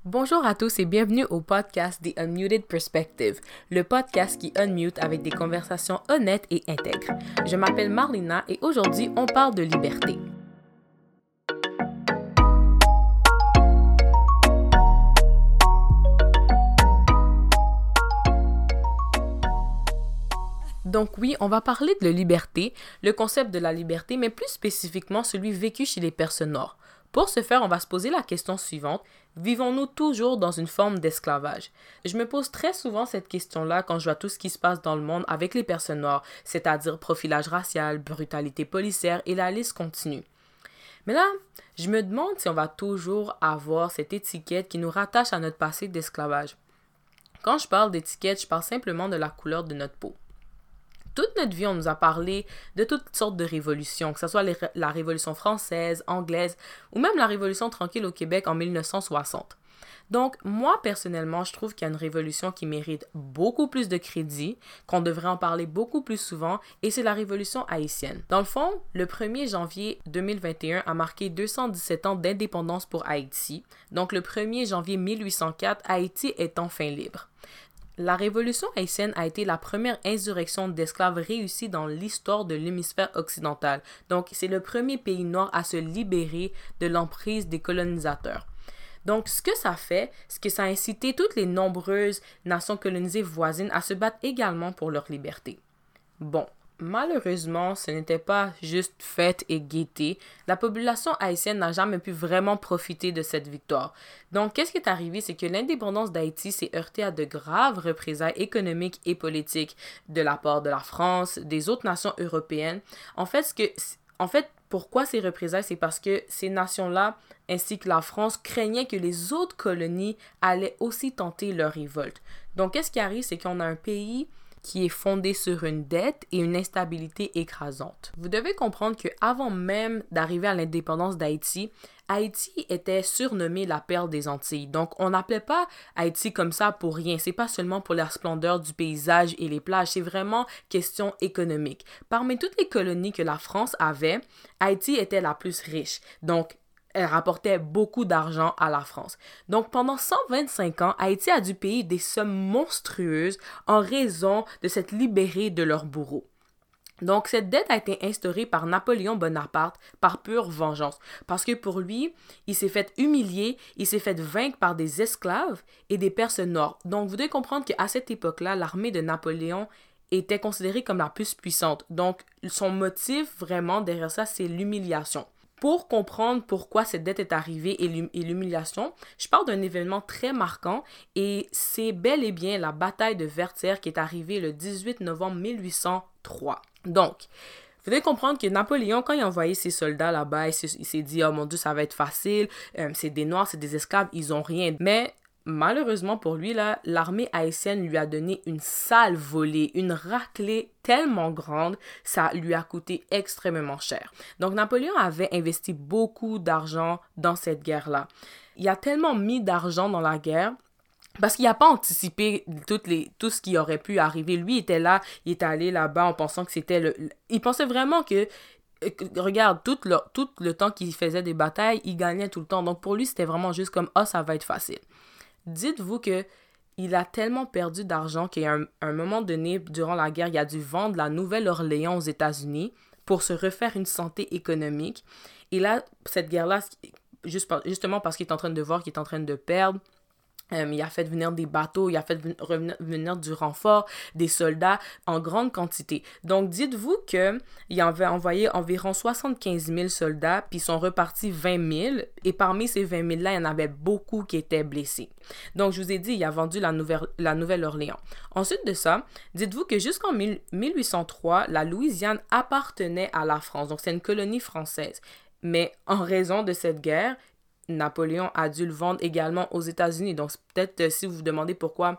Bonjour à tous et bienvenue au podcast The Unmuted Perspective, le podcast qui unmute avec des conversations honnêtes et intègres. Je m'appelle Marlena et aujourd'hui on parle de liberté. Donc oui, on va parler de la liberté, le concept de la liberté, mais plus spécifiquement celui vécu chez les personnes noires. Pour ce faire, on va se poser la question suivante. Vivons-nous toujours dans une forme d'esclavage? Je me pose très souvent cette question-là quand je vois tout ce qui se passe dans le monde avec les personnes noires, c'est-à-dire profilage racial, brutalité policière et la liste continue. Mais là, je me demande si on va toujours avoir cette étiquette qui nous rattache à notre passé d'esclavage. Quand je parle d'étiquette, je parle simplement de la couleur de notre peau. Toute notre vie, on nous a parlé de toutes sortes de révolutions, que ce soit la Révolution française, anglaise ou même la Révolution tranquille au Québec en 1960. Donc, moi, personnellement, je trouve qu'il y a une révolution qui mérite beaucoup plus de crédit, qu'on devrait en parler beaucoup plus souvent, et c'est la révolution haïtienne. Dans le fond, le 1er janvier 2021 a marqué 217 ans d'indépendance pour Haïti. Donc, le 1er janvier 1804, Haïti est enfin libre. La révolution haïtienne a été la première insurrection d'esclaves réussie dans l'histoire de l'hémisphère occidental. Donc, c'est le premier pays noir à se libérer de l'emprise des colonisateurs. Donc, ce que ça fait, c'est que ça a incité toutes les nombreuses nations colonisées voisines à se battre également pour leur liberté. Bon, malheureusement, ce n'était pas juste fête et gaieté. La population haïtienne n'a jamais pu vraiment profiter de cette victoire. Donc, qu'est-ce qui est arrivé? C'est que l'indépendance d'Haïti s'est heurtée à de graves représailles économiques et politiques de la part de la France, des autres nations européennes. En fait, pourquoi ces représailles? C'est parce que ces nations-là, ainsi que la France, craignaient que les autres colonies allaient aussi tenter leur révolte. Donc, qu'est-ce qui arrive? C'est qu'on a un pays qui est fondé sur une dette et une instabilité écrasante. Vous devez comprendre qu'avant même d'arriver à l'indépendance d'Haïti, Haïti était surnommée la perle des Antilles. Donc, on n'appelait pas Haïti comme ça pour rien. C'est pas seulement pour la splendeur du paysage et les plages, c'est vraiment question économique. Parmi toutes les colonies que la France avait, Haïti était la plus riche. Donc, elle rapportait beaucoup d'argent à la France. Donc, pendant 125 ans, Haïti a dû payer des sommes monstrueuses en raison de s'être libéré de leurs bourreaux. Donc, cette dette a été instaurée par Napoléon Bonaparte par pure vengeance. Parce que pour lui, il s'est fait humilier, il s'est fait vaincre par des esclaves et des personnes noires. Donc, vous devez comprendre qu'à cette époque-là, l'armée de Napoléon était considérée comme la plus puissante. Donc, son motif vraiment derrière ça, c'est l'humiliation. Pour comprendre pourquoi cette dette est arrivée et l'humiliation, je parle d'un événement très marquant et c'est bel et bien la bataille de Vertières qui est arrivée le 18 novembre 1803. Donc, vous devez comprendre que Napoléon, quand il a envoyé ses soldats là-bas, il s'est dit « Oh mon Dieu, ça va être facile, c'est des Noirs, c'est des esclaves, ils ont rien. » Mais malheureusement pour lui, là, l'armée haïtienne lui a donné une sale volée, une raclée tellement grande, ça lui a coûté extrêmement cher. Donc Napoléon avait investi beaucoup d'argent dans cette guerre-là. Il a tellement mis d'argent dans la guerre parce qu'il n'a pas anticipé tout ce qui aurait pu arriver. Lui était là, il est allé là-bas en pensant que c'était il pensait vraiment que regarde, tout le temps qu'il faisait des batailles, il gagnait tout le temps. Donc pour lui, c'était vraiment juste comme « Ah, ça va être facile ». Dites-vous que il a tellement perdu d'argent qu'à un moment donné, durant la guerre, il a dû vendre la Nouvelle-Orléans aux États-Unis pour se refaire une santé économique. Et là, cette guerre-là, justement parce qu'il est en train de voir qu'il est en train de perdre, il a fait venir des bateaux, il a fait venir du renfort, des soldats en grande quantité. Donc, dites-vous qu'il avait envoyé environ 75 000 soldats, puis ils sont repartis 20 000, et parmi ces 20 000-là, il y en avait beaucoup qui étaient blessés. Donc, je vous ai dit, il a vendu la Nouvelle-Orléans. Ensuite de ça, dites-vous que jusqu'en 1803, la Louisiane appartenait à la France, donc c'est une colonie française. Mais en raison de cette guerre, Napoléon a dû le vendre également aux États-Unis. Donc, peut-être si vous vous demandez pourquoi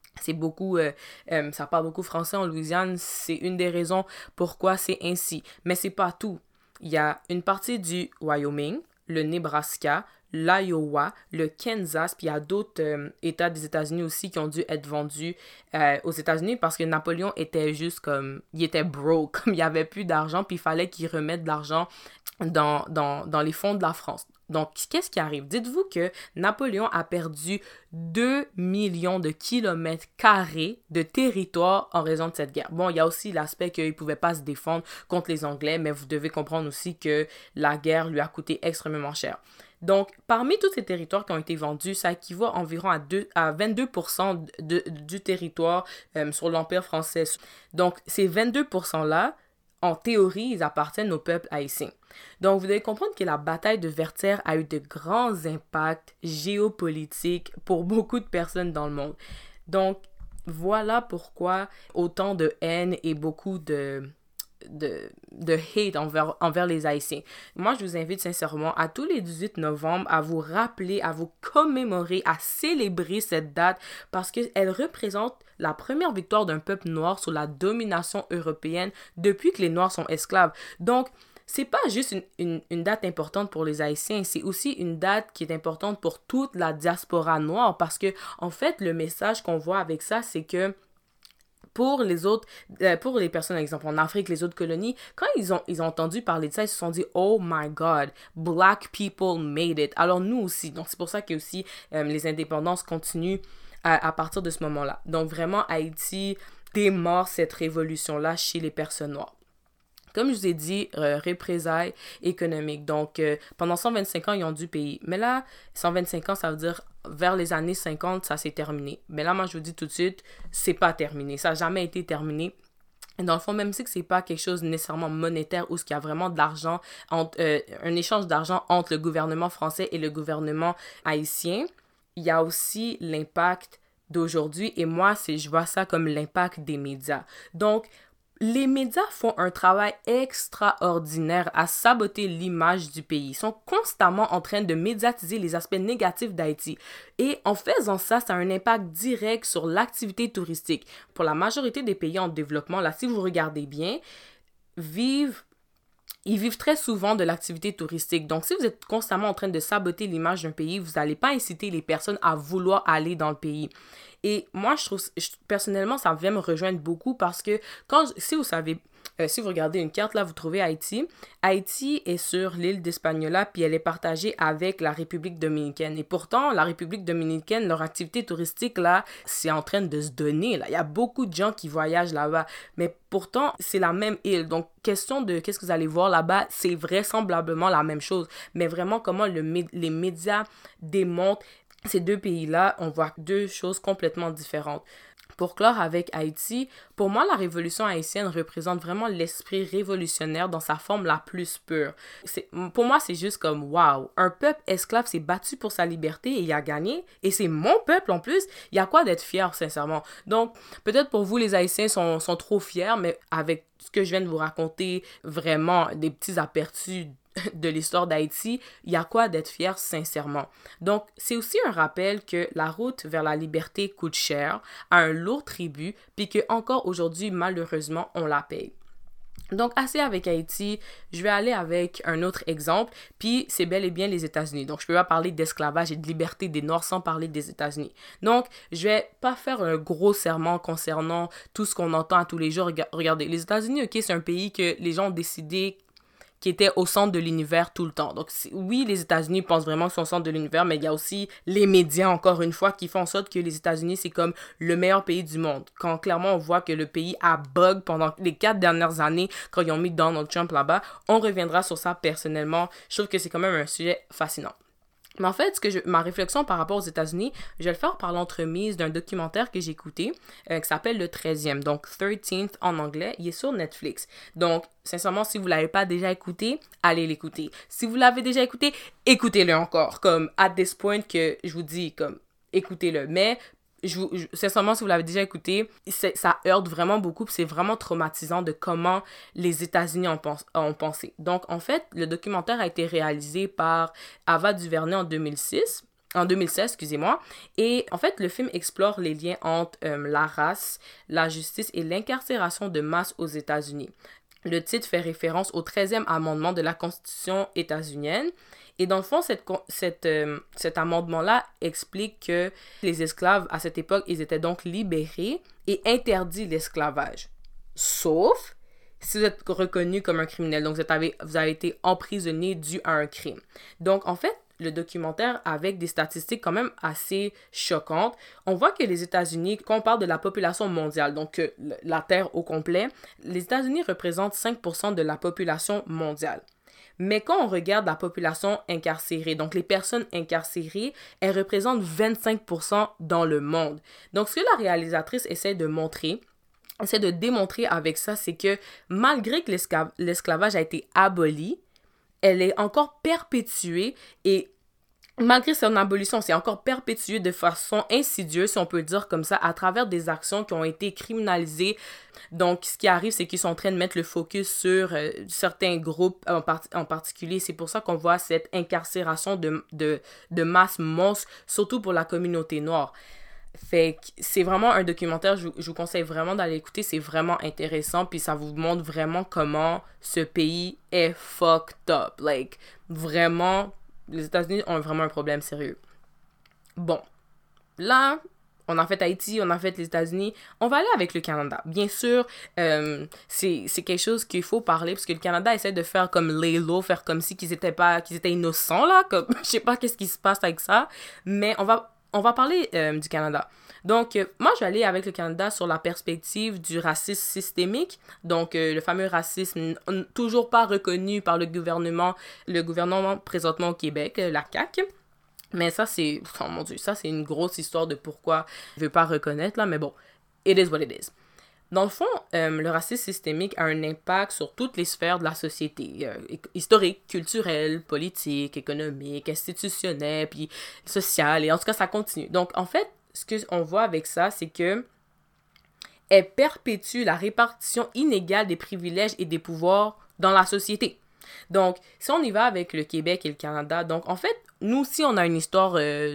ça parle beaucoup français en Louisiane, c'est une des raisons pourquoi c'est ainsi. Mais c'est pas tout. Il y a une partie du Wyoming, le Nebraska, l'Iowa, le Kansas, puis il y a d'autres États des États-Unis aussi qui ont dû être vendus aux États-Unis parce que Napoléon était juste comme, il était broke, comme il n'y avait plus d'argent, puis il fallait qu'il remette de l'argent dans les fonds de la France. Donc, qu'est-ce qui arrive? Dites-vous que Napoléon a perdu 2 millions de kilomètres carrés de territoire en raison de cette guerre. Bon, il y a aussi l'aspect qu'il ne pouvait pas se défendre contre les Anglais, mais vous devez comprendre aussi que la guerre lui a coûté extrêmement cher. Donc, parmi tous ces territoires qui ont été vendus, ça équivaut environ à 22% du territoire sur l'Empire français. Donc, ces 22%-là, en théorie, ils appartiennent au peuple haïtien. Donc, vous devez comprendre que la bataille de Vertières a eu de grands impacts géopolitiques pour beaucoup de personnes dans le monde. Donc, voilà pourquoi autant de haine et beaucoup de hate envers les Haïtiens. Moi, je vous invite sincèrement à tous les 18 novembre à vous rappeler, à vous commémorer, à célébrer cette date parce qu'elle représente la première victoire d'un peuple noir sous la domination européenne depuis que les Noirs sont esclaves. Donc, c'est pas juste une date importante pour les Haïtiens, c'est aussi une date qui est importante pour toute la diaspora noire parce que, en fait, le message qu'on voit avec ça, c'est que pour les personnes, par exemple, en Afrique, les autres colonies, quand ils ont entendu parler de ça, ils se sont dit « Oh my God, black people made it ». Alors nous aussi, donc c'est pour ça que aussi les indépendances continuent à partir de ce moment-là. Donc vraiment, Haïti démarre cette révolution-là chez les personnes noires. Comme je vous ai dit, représailles économiques. Donc, pendant 125 ans, ils ont dû payer. Mais là, 125 ans, ça veut dire vers les années 50, ça s'est terminé. Mais là, moi, je vous dis tout de suite, c'est pas terminé. Ça n'a jamais été terminé. Et dans le fond, même si c'est pas quelque chose nécessairement monétaire ou ce qu'il y a vraiment de l'argent, un échange d'argent entre le gouvernement français et le gouvernement haïtien, il y a aussi l'impact d'aujourd'hui. Et moi, je vois ça comme l'impact des médias. Donc, les médias font un travail extraordinaire à saboter l'image du pays. Ils sont constamment en train de médiatiser les aspects négatifs d'Haïti. Et en faisant ça, ça a un impact direct sur l'activité touristique. Pour la majorité des pays en développement, là, si vous regardez bien, ils vivent très souvent de l'activité touristique. Donc, si vous êtes constamment en train de saboter l'image d'un pays, vous n'allez pas inciter les personnes à vouloir aller dans le pays. Et moi, personnellement, ça vient me rejoindre beaucoup parce que si vous regardez une carte, là, vous trouvez Haïti. Haïti est sur l'île d'Hispaniola, puis elle est partagée avec la République dominicaine. Et pourtant, la République dominicaine, leur activité touristique, là, c'est en train de se donner, là. Il y a beaucoup de gens qui voyagent là-bas. Mais pourtant, c'est la même île. Donc, question de qu'est-ce que vous allez voir là-bas, c'est vraisemblablement la même chose. Mais vraiment, comment les médias démontrent ces deux pays-là, on voit deux choses complètement différentes. Pour clore avec Haïti, pour moi, la révolution haïtienne représente vraiment l'esprit révolutionnaire dans sa forme la plus pure. Pour moi, c'est juste comme « wow ». Un peuple esclave s'est battu pour sa liberté et il a gagné. Et c'est mon peuple en plus. Il y a quoi d'être fier, sincèrement. Donc, peut-être pour vous, les Haïtiens sont trop fiers, mais avec ce que je viens de vous raconter, vraiment des petits aperçus de l'histoire d'Haïti, il y a quoi d'être fier sincèrement. Donc, c'est aussi un rappel que la route vers la liberté coûte cher, a un lourd tribut, puis que encore aujourd'hui, malheureusement, on la paye. Donc, assez avec Haïti, je vais aller avec un autre exemple, puis c'est bel et bien les États-Unis. Donc, je peux pas parler d'esclavage et de liberté des Noirs sans parler des États-Unis. Donc, je vais pas faire un gros serment concernant tout ce qu'on entend à tous les jours. Regardez, les États-Unis, ok, c'est un pays que les gens ont décidé qui était au centre de l'univers tout le temps. Donc, oui, les États-Unis pensent vraiment qu'ils sont au centre de l'univers, mais il y a aussi les médias, encore une fois, qui font en sorte que les États-Unis, c'est comme le meilleur pays du monde. Quand clairement, on voit que le pays a bug pendant les 4 dernières années, quand ils ont mis Donald Trump là-bas, on reviendra sur ça personnellement. Je trouve que c'est quand même un sujet fascinant. Mais en fait, ma réflexion par rapport aux États-Unis, je vais le faire par l'entremise d'un documentaire que j'ai écouté qui s'appelle Le 13e, donc 13th en anglais. Il est sur Netflix. Donc, sincèrement, si vous ne l'avez pas déjà écouté, allez l'écouter. Si vous l'avez déjà écouté, écoutez-le encore. Comme, at this point que je vous dis, comme, écoutez-le. Mais sincèrement, si vous l'avez déjà écouté, ça heurte vraiment beaucoup, puis c'est vraiment traumatisant de comment les États-Unis ont pensé. Donc, en fait, le documentaire a été réalisé par Ava DuVernay en 2016, excusez-moi. Et en fait, le film explore les liens entre la race, la justice et l'incarcération de masse aux États-Unis. Le titre fait référence au 13e amendement de la Constitution états-unienne. Et dans le fond, cet amendement-là explique que les esclaves, à cette époque, ils étaient donc libérés et interdit l'esclavage. Sauf si vous êtes reconnu comme un criminel. Donc, vous avez été emprisonné dû à un crime. Donc, en fait, le documentaire avec des statistiques quand même assez choquantes. On voit que les États-Unis, quand on parle de la population mondiale, donc la Terre au complet, les États-Unis représentent 5% de la population mondiale. Mais quand on regarde la population incarcérée, donc les personnes incarcérées, elles représentent 25% dans le monde. Donc, ce que la réalisatrice essaie de démontrer avec ça, c'est que malgré que l'esclavage a été aboli, elle est encore perpétuée et malgré son abolition, c'est encore perpétué de façon insidieuse, si on peut dire comme ça, à travers des actions qui ont été criminalisées. Donc, ce qui arrive, c'est qu'ils sont en train de mettre le focus sur certains groupes en particulier. C'est pour ça qu'on voit cette incarcération de masse monstre, surtout pour la communauté noire. Fait que c'est vraiment un documentaire, je vous conseille vraiment d'aller écouter, c'est vraiment intéressant, puis ça vous montre vraiment comment ce pays est fucked up. Like, vraiment, les États-Unis ont vraiment un problème sérieux. Bon, là, on a fait Haïti, on a fait les États-Unis, on va aller avec le Canada. Bien sûr, c'est quelque chose qu'il faut parler, parce que le Canada essaie de faire comme lay low, faire comme si qu'ils étaient innocents, là, comme, je sais pas qu'est-ce qui se passe avec ça, mais on va parler du Canada. Donc, moi, je vais aller avec le Canada sur la perspective du racisme systémique. Donc, le fameux racisme toujours pas reconnu par le gouvernement présentement au Québec, la CAQ. Mais ça, oh mon Dieu, ça, c'est une grosse histoire de pourquoi je veux pas reconnaître, là. Mais bon, it is what it is. Dans le fond, le racisme systémique a un impact sur toutes les sphères de la société, historique, culturelle, politique, économique, institutionnelle, puis sociale, et en tout cas, ça continue. Donc, en fait, ce qu'on voit avec ça, c'est que elle perpétue la répartition inégale des privilèges et des pouvoirs dans la société. Donc, si on y va avec le Québec et le Canada, donc en fait, nous aussi, on a une histoire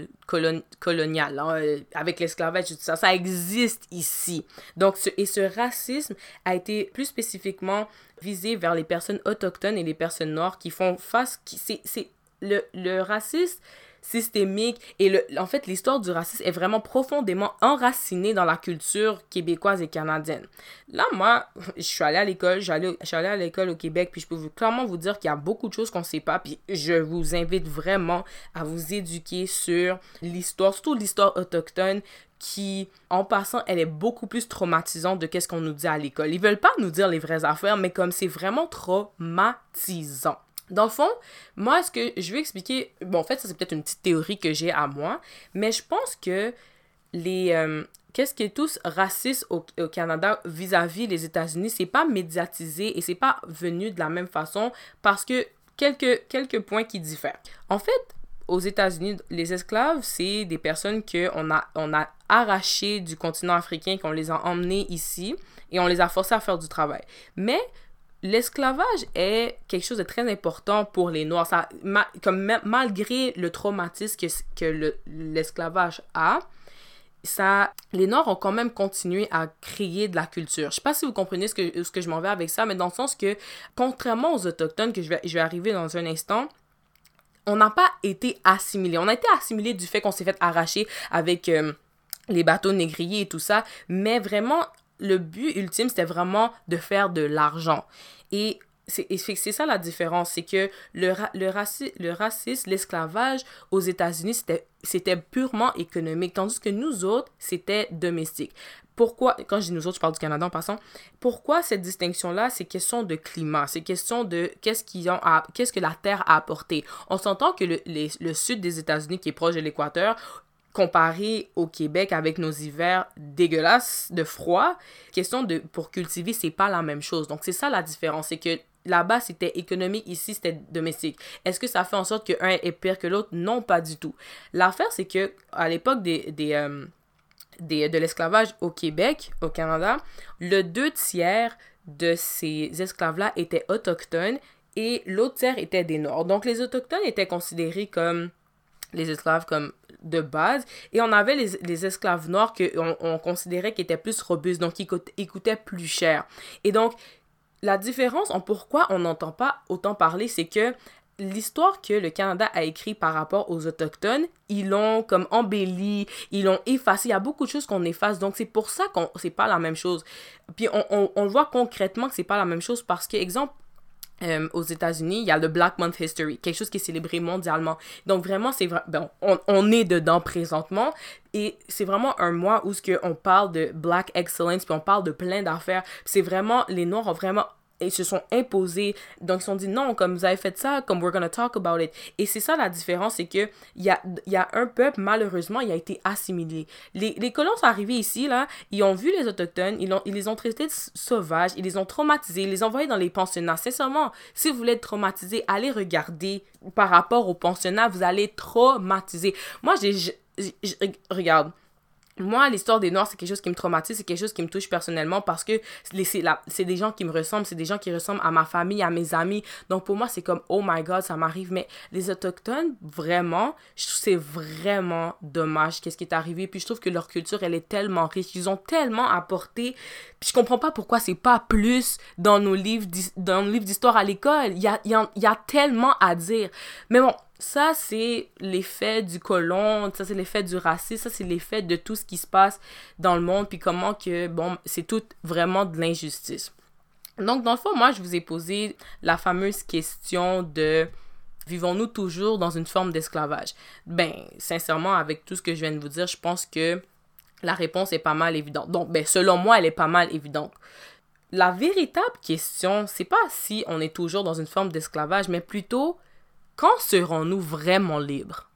coloniale, hein, avec l'esclavage, tout ça. Ça existe ici. Donc, ce racisme a été plus spécifiquement visé vers les personnes autochtones et les personnes noires qui font face... C'est le racisme systémique et en fait l'histoire du racisme est vraiment profondément enracinée dans la culture québécoise et canadienne. Là, moi, je suis allée à l'école, je suis allée à l'école au Québec, puis je peux clairement vous dire qu'il y a beaucoup de choses qu'on sait pas, puis je vous invite vraiment à vous éduquer sur l'histoire, surtout l'histoire autochtone, qui, en passant, elle est beaucoup plus traumatisante de qu'est-ce qu'on nous dit à l'école. Ils veulent pas nous dire les vraies affaires, mais comme c'est vraiment traumatisant. Dans le fond, moi, ce que je veux expliquer... Bon, en fait, ça, c'est peut-être une petite théorie que j'ai à moi, mais je pense que qu'est-ce qui est tous raciste au Canada vis-à-vis des États-Unis, c'est pas médiatisé et c'est pas venu de la même façon parce que quelques points qui diffèrent. En fait, aux États-Unis, les esclaves, c'est des personnes qu'on a arrachées du continent africain, qu'on les a emmenées ici et on les a forcés à faire du travail. Mais l'esclavage est quelque chose de très important pour les Noirs. Ça, malgré le traumatisme que l'esclavage a, les Noirs ont quand même continué à créer de la culture. Je sais pas si vous comprenez ce que je m'en vais avec ça, mais dans le sens que, contrairement aux Autochtones, que je vais arriver dans un instant, on n'a pas été assimilés. On a été assimilés du fait qu'on s'est fait arracher avec les bateaux négriers et tout ça, mais vraiment... Le but ultime, c'était vraiment de faire de l'argent. Et c'est ça la différence, c'est que le racisme, l'esclavage aux États-Unis, c'était purement économique, tandis que nous autres, c'était domestique. Pourquoi, quand je dis nous autres, je parle du Canada en passant, pourquoi cette distinction-là? C'est question de climat, c'est question de qu'est-ce que la Terre a apporté. On s'entend que le sud des États-Unis, qui est proche de l'équateur, comparé au Québec avec nos hivers dégueulasses de froid, pour cultiver, c'est pas la même chose. Donc, c'est ça la différence, c'est que là-bas, c'était économique, ici, c'était domestique. Est-ce que ça fait en sorte qu'un est pire que l'autre? Non, pas du tout. L'affaire, c'est que à l'époque de l'esclavage au Québec, au Canada, le 2/3 de ces esclaves-là étaient autochtones et l'autre tiers étaient des Noirs. Donc, les autochtones étaient considérés comme les esclaves comme de base, et on avait les esclaves noirs qu'on considérait qu'ils étaient plus robustes, donc ils coûtaient plus cher. Et donc, la différence en pourquoi on n'entend pas autant parler, c'est que l'histoire que le Canada a écrite par rapport aux Autochtones, ils l'ont comme embelli, ils l'ont effacé. Il y a beaucoup de choses qu'on efface, donc c'est pour ça qu'on c'est pas la même chose. Puis on voit concrètement que c'est pas la même chose parce que, exemple, aux États-Unis, il y a le Black Month History, quelque chose qui est célébré mondialement. Donc vraiment, c'est on est dedans présentement et c'est vraiment un mois où on parle de Black Excellence, puis on parle de plein d'affaires. C'est vraiment, les Noirs ont vraiment ils se sont imposés, donc ils se sont dit non, comme vous avez fait ça, comme we're gonna talk about it. Et c'est ça la différence, c'est que il y a un peuple, malheureusement, il a été assimilé. Les colons sont arrivés ici, là, ils ont vu les Autochtones, ils les ont traités de sauvages, ils les ont traumatisés, ils les ont envoyés dans les pensionnats. Sincèrement, si vous voulez être traumatisé, allez regarder par rapport aux pensionnats, vous allez être traumatisé. Moi, regarde. Moi, l'histoire des Noirs, c'est quelque chose qui me traumatise, c'est quelque chose qui me touche personnellement parce que c'est des gens qui me ressemblent, c'est des gens qui ressemblent à ma famille, à mes amis. Donc, pour moi, c'est comme, oh my God, ça m'arrive. Mais les Autochtones, vraiment, je trouve que c'est vraiment dommage qu'est-ce qui est arrivé. Puis, je trouve que leur culture, elle est tellement riche. Ils ont tellement apporté. Puis, je comprends pas pourquoi c'est pas plus dans nos livres d'histoire à l'école. Il y a tellement à dire. Mais bon, ça, c'est l'effet du colon, ça, c'est l'effet du racisme, ça, c'est l'effet de tout ce qui se passe dans le monde, puis comment que, bon, c'est tout vraiment de l'injustice. Donc, dans le fond, moi, je vous ai posé la fameuse question de vivons-nous toujours dans une forme d'esclavage? Ben, sincèrement, avec tout ce que je viens de vous dire, je pense que la réponse est pas mal évidente. Donc, ben, selon moi, elle est pas mal évidente. La véritable question, c'est pas si on est toujours dans une forme d'esclavage, mais plutôt quand serons-nous vraiment libres?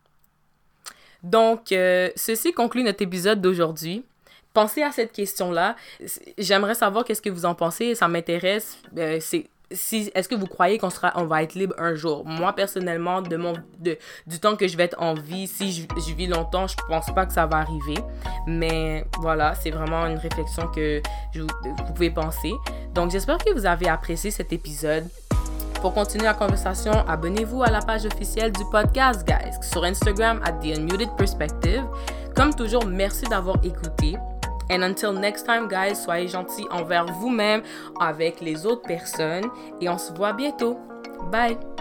Donc, ceci conclut notre épisode d'aujourd'hui. Pensez à cette question-là. J'aimerais savoir qu'est-ce que vous en pensez. Ça m'intéresse. Est-ce que vous croyez on va être libre un jour? Moi, personnellement, du temps que je vais être en vie, si je vis longtemps, je pense pas que ça va arriver. Mais voilà, c'est vraiment une réflexion que vous pouvez penser. Donc, j'espère que vous avez apprécié cet épisode. Pour continuer la conversation, abonnez-vous à la page officielle du podcast, guys, sur Instagram @TheUnmutedPerspective. Comme toujours, merci d'avoir écouté. And until next time, guys, soyez gentils envers vous-même, avec les autres personnes, et on se voit bientôt. Bye!